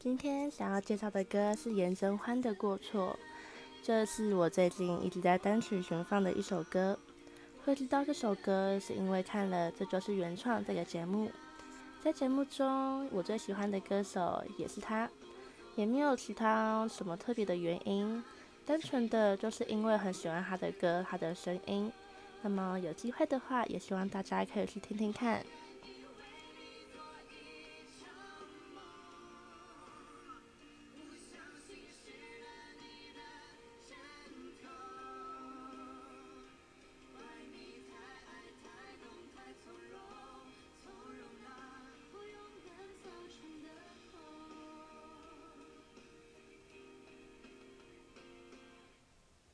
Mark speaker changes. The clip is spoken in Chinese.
Speaker 1: 今天想要介绍的歌是严真欢的《过错》，这是我最近一直在单曲循放的一首歌。会知道这首歌是因为看了《这就是原创》这个节目，在节目中我最喜欢的歌手也是他，也没有其他什么特别的原因，单纯的就是因为很喜欢他的歌，他的声音。那么有机会的话，也希望大家可以去听听看。